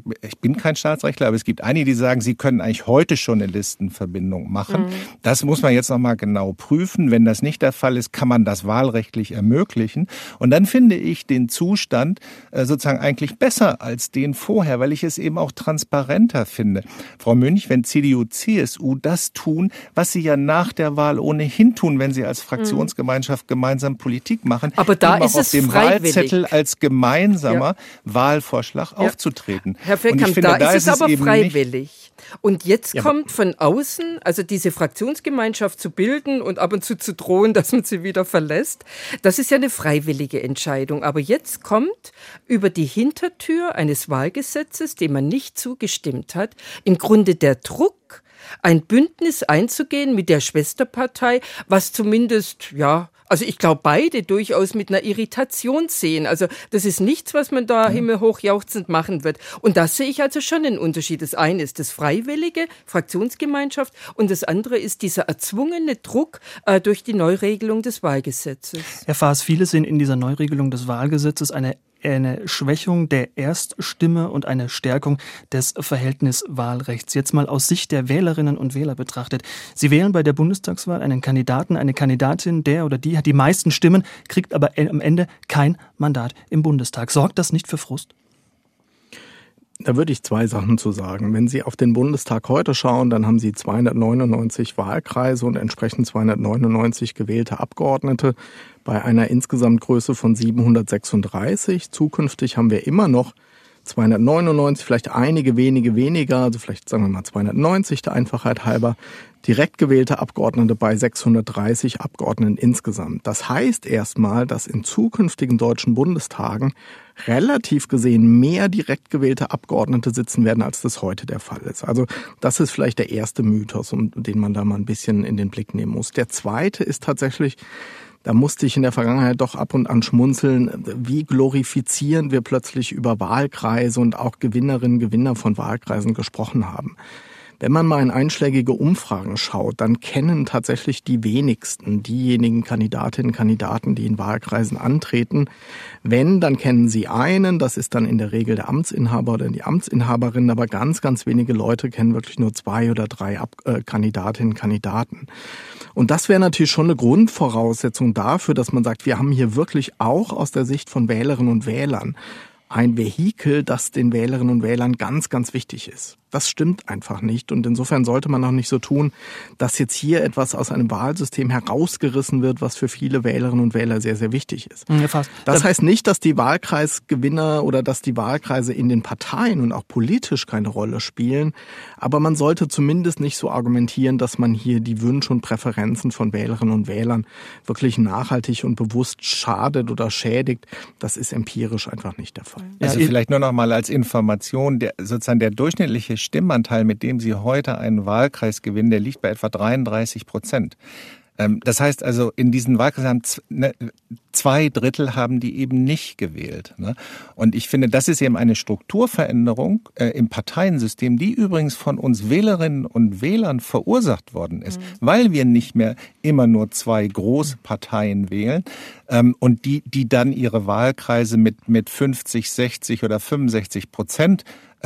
kein Staatsrechtler, aber es gibt einige, die sagen, sie können eigentlich heute schon eine Listenverbindung machen. Das muss man jetzt nochmal genau prüfen. Wenn das nicht der Fall ist, kann man das wahlrechtlich ermöglichen. Und dann finde ich den Zustand sozusagen eigentlich besser als den vorher, weil ich es eben auch transparenter finde. Frau Münch, wenn CDU, CSU das tun, was sie ja nach der Wahl ohnehin tun, wenn sie als Fraktionsgemeinschaft gemeinsam Politik machen, aber da ist es auf dem freiwillig. Wahlzettel als gemeinsamer Wahlvorschlag aufzutreten. Herr Feldkamp, da ist es aber freiwillig. Und jetzt kommt von außen, also diese Fraktionsgemeinschaft zu bilden und ab und zu drohen, dass man sie wieder verlässt, das ist ja eine freiwillige Entscheidung. Aber jetzt kommt über die Hintertür eines Wahlgesetzes, dem man nicht zugestimmt hat, im Grunde der Druck, ein Bündnis einzugehen mit der Schwesterpartei, was zumindest, also ich glaube, beide durchaus mit einer Irritation sehen. Also das ist nichts, was man da himmelhoch jauchzend machen wird. Und da sehe ich also schon einen Unterschied. Das eine ist das freiwillige, Fraktionsgemeinschaft, und das andere ist dieser erzwungene Druck durch die Neuregelung des Wahlgesetzes. Herr Faas, viele sehen in dieser Neuregelung des Wahlgesetzes eine Schwächung der Erststimme und eine Stärkung des Verhältniswahlrechts. Jetzt mal aus Sicht der Wählerinnen und Wähler betrachtet. Sie wählen bei der Bundestagswahl einen Kandidaten, eine Kandidatin, der oder die hat die meisten Stimmen, kriegt aber am Ende kein Mandat im Bundestag. Sorgt das nicht für Frust? Da würde ich 2 Sachen zu sagen. Wenn Sie auf den Bundestag heute schauen, dann haben Sie 299 Wahlkreise und entsprechend 299 gewählte Abgeordnete bei einer Insgesamtgröße von 736. Zukünftig haben wir immer noch 299, vielleicht einige wenige weniger, also vielleicht sagen wir mal 290 der Einfachheit halber, direkt gewählte Abgeordnete bei 630 Abgeordneten insgesamt. Das heißt erstmal, dass in zukünftigen deutschen Bundestagen relativ gesehen mehr direkt gewählte Abgeordnete sitzen werden, als das heute der Fall ist. Also das ist vielleicht der erste Mythos, den man da mal ein bisschen in den Blick nehmen muss. Der zweite ist tatsächlich, da musste ich in der Vergangenheit doch ab und an schmunzeln, wie glorifizierend wir plötzlich über Wahlkreise und auch Gewinnerinnen und Gewinner von Wahlkreisen gesprochen haben. Wenn man mal in einschlägige Umfragen schaut, dann kennen tatsächlich die wenigsten diejenigen Kandidatinnen und Kandidaten, die in Wahlkreisen antreten. Wenn, dann kennen sie einen, das ist dann in der Regel der Amtsinhaber oder die Amtsinhaberin, aber ganz, ganz wenige Leute kennen wirklich nur 2 oder 3 Kandidatinnen und Kandidaten. Und das wäre natürlich schon eine Grundvoraussetzung dafür, dass man sagt, wir haben hier wirklich auch aus der Sicht von Wählerinnen und Wählern ein Vehikel, das den Wählerinnen und Wählern ganz, ganz wichtig ist. Das stimmt einfach nicht. Und insofern sollte man auch nicht so tun, dass jetzt hier etwas aus einem Wahlsystem herausgerissen wird, was für viele Wählerinnen und Wähler sehr, sehr wichtig ist. Ja, fast. Das heißt nicht, dass die Wahlkreisgewinner oder dass die Wahlkreise in den Parteien und auch politisch keine Rolle spielen. Aber man sollte zumindest nicht so argumentieren, dass man hier die Wünsche und Präferenzen von Wählerinnen und Wählern wirklich nachhaltig und bewusst schadet oder schädigt. Das ist empirisch einfach nicht der Fall. Also vielleicht nur noch mal als Information, der durchschnittliche Stimmanteil, mit dem Sie heute einen Wahlkreis gewinnen, der liegt bei etwa 33%. Das heißt also, in diesen Wahlkreisen haben 2/3 haben die eben nicht gewählt. Und ich finde, das ist eben eine Strukturveränderung im Parteiensystem, die übrigens von uns Wählerinnen und Wählern verursacht worden ist, weil wir nicht mehr immer nur 2 große Parteien wählen und die dann ihre Wahlkreise mit 50, 60 oder 65%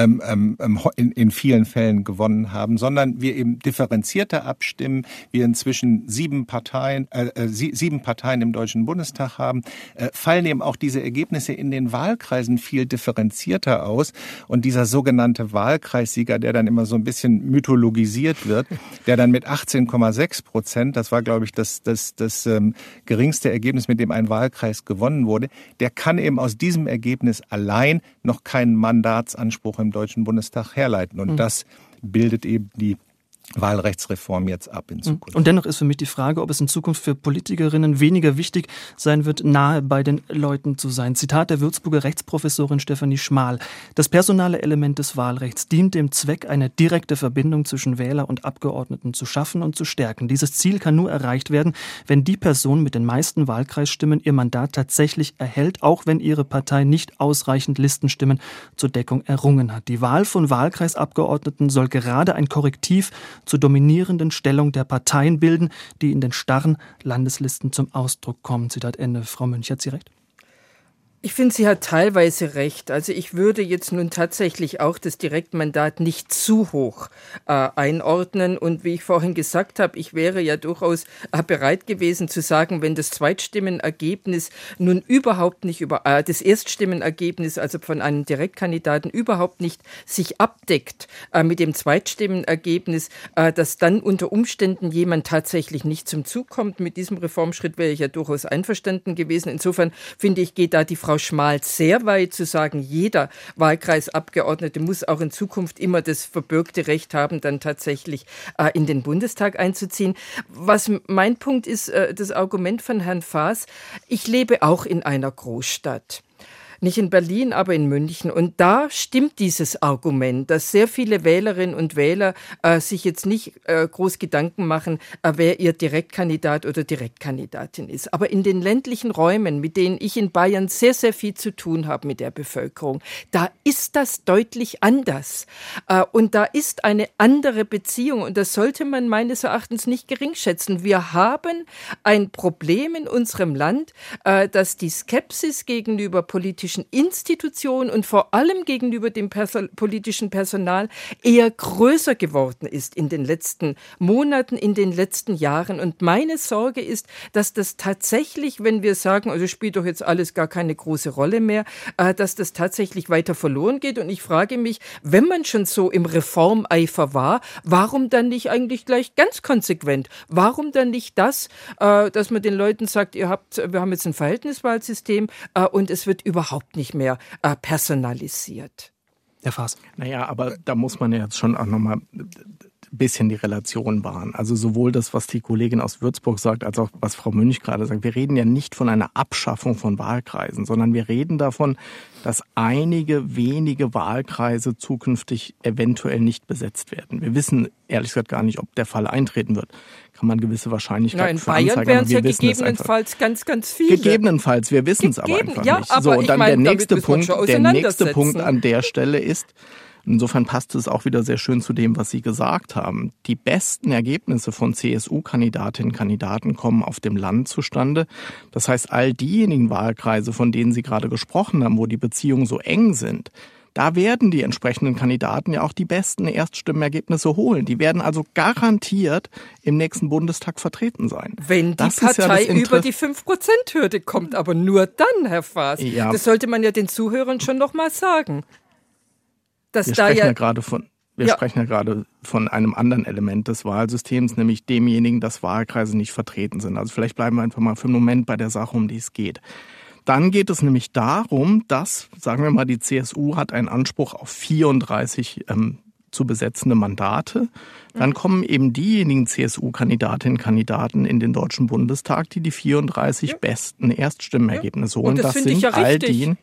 in vielen Fällen gewonnen haben, sondern wir eben differenzierter abstimmen, wir inzwischen 7 Parteien im Deutschen Bundestag haben, fallen eben auch diese Ergebnisse in den Wahlkreisen viel differenzierter aus. Und dieser sogenannte Wahlkreissieger, der dann immer so ein bisschen mythologisiert wird, der dann mit 18,6%, das war, glaube ich, das geringste Ergebnis, mit dem ein Wahlkreis gewonnen wurde, der kann eben aus diesem Ergebnis allein noch keinen Mandatsanspruch im Deutschen Bundestag herleiten. Und das bildet eben die Wahlrechtsreform jetzt ab in Zukunft. Und dennoch ist für mich die Frage, ob es in Zukunft für Politikerinnen weniger wichtig sein wird, nahe bei den Leuten zu sein. Zitat der Würzburger Rechtsprofessorin Stefanie Schmal. Das personale Element des Wahlrechts dient dem Zweck, eine direkte Verbindung zwischen Wähler und Abgeordneten zu schaffen und zu stärken. Dieses Ziel kann nur erreicht werden, wenn die Person mit den meisten Wahlkreisstimmen ihr Mandat tatsächlich erhält, auch wenn ihre Partei nicht ausreichend Listenstimmen zur Deckung errungen hat. Die Wahl von Wahlkreisabgeordneten soll gerade ein Korrektiv zur dominierenden Stellung der Parteien bilden, die in den starren Landeslisten zum Ausdruck kommen. Zitat Ende. Frau Münch, hat sie recht? Ich finde, sie hat teilweise recht. Also ich würde jetzt nun tatsächlich auch das Direktmandat nicht zu hoch einordnen. Und wie ich vorhin gesagt habe, ich wäre ja durchaus bereit gewesen zu sagen, wenn das Zweitstimmenergebnis nun überhaupt nicht das Erststimmenergebnis, also von einem Direktkandidaten überhaupt nicht sich abdeckt mit dem Zweitstimmenergebnis, dass dann unter Umständen jemand tatsächlich nicht zum Zug kommt. Mit diesem Reformschritt wäre ich ja durchaus einverstanden gewesen. Insofern finde ich, geht da die Frau Schmal sehr weit zu sagen, jeder Wahlkreisabgeordnete muss auch in Zukunft immer das verbürgte Recht haben, dann tatsächlich in den Bundestag einzuziehen. Was mein Punkt ist, das Argument von Herrn Faas, ich lebe auch in einer Großstadt. Nicht in Berlin, aber in München. Und da stimmt dieses Argument, dass sehr viele Wählerinnen und Wähler sich jetzt nicht groß Gedanken machen, wer ihr Direktkandidat oder Direktkandidatin ist. Aber in den ländlichen Räumen, mit denen ich in Bayern sehr, sehr viel zu tun habe mit der Bevölkerung, da ist das deutlich anders. Und da ist eine andere Beziehung. Und das sollte man meines Erachtens nicht geringschätzen. Wir haben ein Problem in unserem Land, dass die Skepsis gegenüber politischen politischen Institutionen und vor allem gegenüber dem politischen Personal eher größer geworden ist in den letzten Monaten, in den letzten Jahren. Und meine Sorge ist, dass das tatsächlich, wenn wir sagen, also spielt doch jetzt alles gar keine große Rolle mehr, dass das tatsächlich weiter verloren geht. Und ich frage mich, wenn man schon so im Reformeifer war, warum dann nicht eigentlich gleich ganz konsequent? Warum dann nicht das, dass man den Leuten sagt, wir haben jetzt ein Verhältniswahlsystem und es wird überhaupt nicht mehr personalisiert? Herr Faas. Naja, aber da muss man ja jetzt schon auch nochmal ein bisschen die Relation wahren. Also sowohl das, was die Kollegin aus Würzburg sagt, als auch was Frau Münch gerade sagt. Wir reden ja nicht von einer Abschaffung von Wahlkreisen, sondern wir reden davon, dass einige wenige Wahlkreise zukünftig eventuell nicht besetzt werden. Wir wissen ehrlich gesagt gar nicht, ob der Fall eintreten wird. Kann man gewisse Wahrscheinlichkeiten für anzeigen. In Bayern wären es ja gegebenenfalls ganz viele. Gegebenenfalls, wir wissen es aber einfach nicht. Aber so, und dann der nächste Punkt an der Stelle ist, insofern passt es auch wieder sehr schön zu dem, was Sie gesagt haben. Die besten Ergebnisse von CSU-Kandidatinnen und Kandidaten kommen auf dem Land zustande. Das heißt, all diejenigen Wahlkreise, von denen Sie gerade gesprochen haben, wo die Beziehungen so eng sind, da werden die entsprechenden Kandidaten ja auch die besten Erststimmenergebnisse holen. Die werden also garantiert im nächsten Bundestag vertreten sein. Wenn die Partei über die 5%-Hürde kommt, aber nur dann, Herr Faas. Ja. Das sollte man ja den Zuhörern schon noch mal sagen. Wir sprechen ja gerade von einem anderen Element des Wahlsystems, nämlich demjenigen, dass Wahlkreise nicht vertreten sind. Also vielleicht bleiben wir einfach mal für einen Moment bei der Sache, um die es geht. Dann geht es nämlich darum, dass, sagen wir mal, die CSU hat einen Anspruch auf 34 zu besetzende Mandate. Dann kommen eben diejenigen CSU-Kandidatinnen und Kandidaten in den Deutschen Bundestag, die 34 besten Erststimmenergebnisse holen. Und das sind ja all die.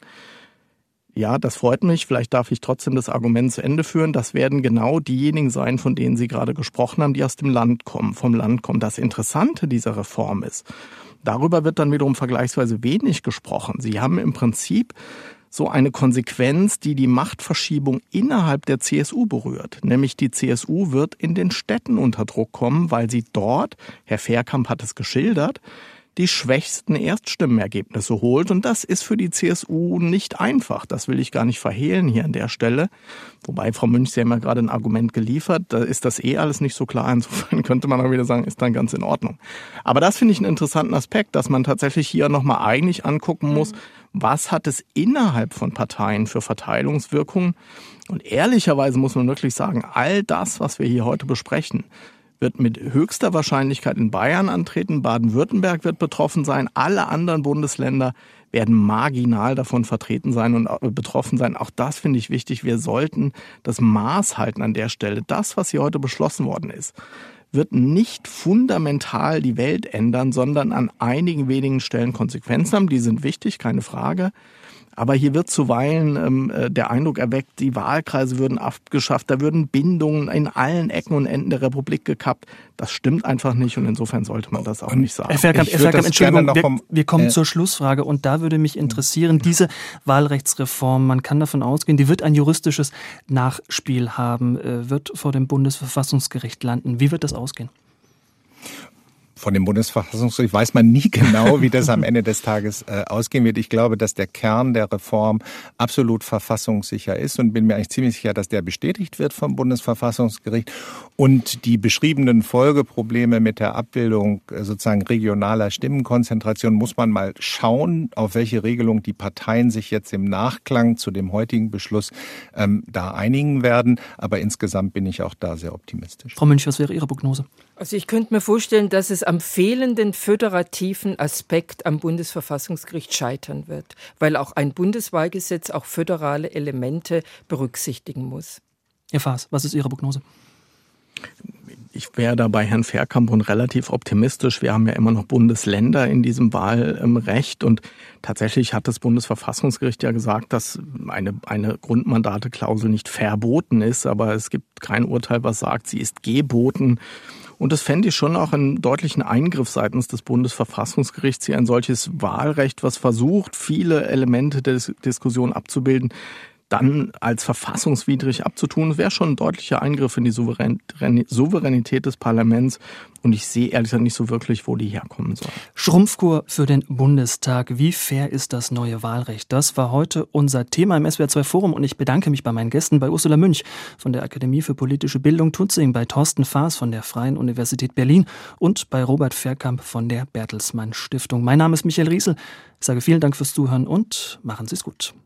Ja, das freut mich. Vielleicht darf ich trotzdem das Argument zu Ende führen. Das werden genau diejenigen sein, von denen Sie gerade gesprochen haben, die aus dem Land kommen, vom Land kommen. Das Interessante dieser Reform ist, darüber wird dann wiederum vergleichsweise wenig gesprochen. Sie haben im Prinzip so eine Konsequenz, die die Machtverschiebung innerhalb der CSU berührt. Nämlich die CSU wird in den Städten unter Druck kommen, weil sie dort, Herr Fehrkamp hat es geschildert, die schwächsten Erststimmenergebnisse holt. Und das ist für die CSU nicht einfach. Das will ich gar nicht verhehlen hier an der Stelle. Wobei, Frau Münch, Sie haben ja gerade ein Argument geliefert. Da ist das alles nicht so klar. Insofern könnte man auch wieder sagen, ist dann ganz in Ordnung. Aber das finde ich einen interessanten Aspekt, dass man tatsächlich hier nochmal eigentlich angucken muss, was hat es innerhalb von Parteien für Verteilungswirkungen. Und ehrlicherweise muss man wirklich sagen, all das, was wir hier heute besprechen, wird mit höchster Wahrscheinlichkeit in Bayern antreten. Baden-Württemberg wird betroffen sein. Alle anderen Bundesländer werden marginal davon vertreten sein und betroffen sein. Auch das finde ich wichtig. Wir sollten das Maß halten an der Stelle. Das, was hier heute beschlossen worden ist, wird nicht fundamental die Welt ändern, sondern an einigen wenigen Stellen Konsequenzen haben. Die sind wichtig, keine Frage. Aber hier wird zuweilen der Eindruck erweckt, die Wahlkreise würden abgeschafft, da würden Bindungen in allen Ecken und Enden der Republik gekappt. Das stimmt einfach nicht und insofern sollte man das auch nicht sagen. Herr Fehrkamp, Entschuldigung, wir kommen zur Schlussfrage und da würde mich interessieren, diese Wahlrechtsreform, man kann davon ausgehen, die wird ein juristisches Nachspiel haben, wird vor dem Bundesverfassungsgericht landen. Wie wird das ausgehen? Von dem Bundesverfassungsgericht weiß man nie genau, wie das am Ende des Tages ausgehen wird. Ich glaube, dass der Kern der Reform absolut verfassungssicher ist und bin mir eigentlich ziemlich sicher, dass der bestätigt wird vom Bundesverfassungsgericht. Und die beschriebenen Folgeprobleme mit der Abbildung sozusagen regionaler Stimmenkonzentration muss man mal schauen, auf welche Regelung die Parteien sich jetzt im Nachklang zu dem heutigen Beschluss da einigen werden. Aber insgesamt bin ich auch da sehr optimistisch. Frau Münch, was wäre Ihre Prognose? Also ich könnte mir vorstellen, dass es am fehlenden föderativen Aspekt am Bundesverfassungsgericht scheitern wird, weil auch ein Bundeswahlgesetz auch föderale Elemente berücksichtigen muss. Herr Faas, was ist Ihre Prognose? Ich wäre da bei Herrn Fehrkamp und relativ optimistisch. Wir haben ja immer noch Bundesländer in diesem Wahlrecht und tatsächlich hat das Bundesverfassungsgericht ja gesagt, dass eine Grundmandateklausel nicht verboten ist, aber es gibt kein Urteil, was sagt, sie ist geboten. Und das fände ich schon auch einen deutlichen Eingriff seitens des Bundesverfassungsgerichts, hier ein solches Wahlrecht, was versucht, viele Elemente der Diskussion abzubilden, dann als verfassungswidrig abzutun, wäre schon ein deutlicher Eingriff in die Souveränität des Parlaments. Und ich sehe ehrlich gesagt nicht so wirklich, wo die herkommen soll. Schrumpfkur für den Bundestag. Wie fair ist das neue Wahlrecht? Das war heute unser Thema im SWR2 Forum und ich bedanke mich bei meinen Gästen, bei Ursula Münch von der Akademie für politische Bildung Tutzing, bei Thorsten Faas von der Freien Universität Berlin und bei Robert Verkamp von der Bertelsmann Stiftung. Mein Name ist Michael Riesel. Ich sage vielen Dank fürs Zuhören und machen Sie es gut.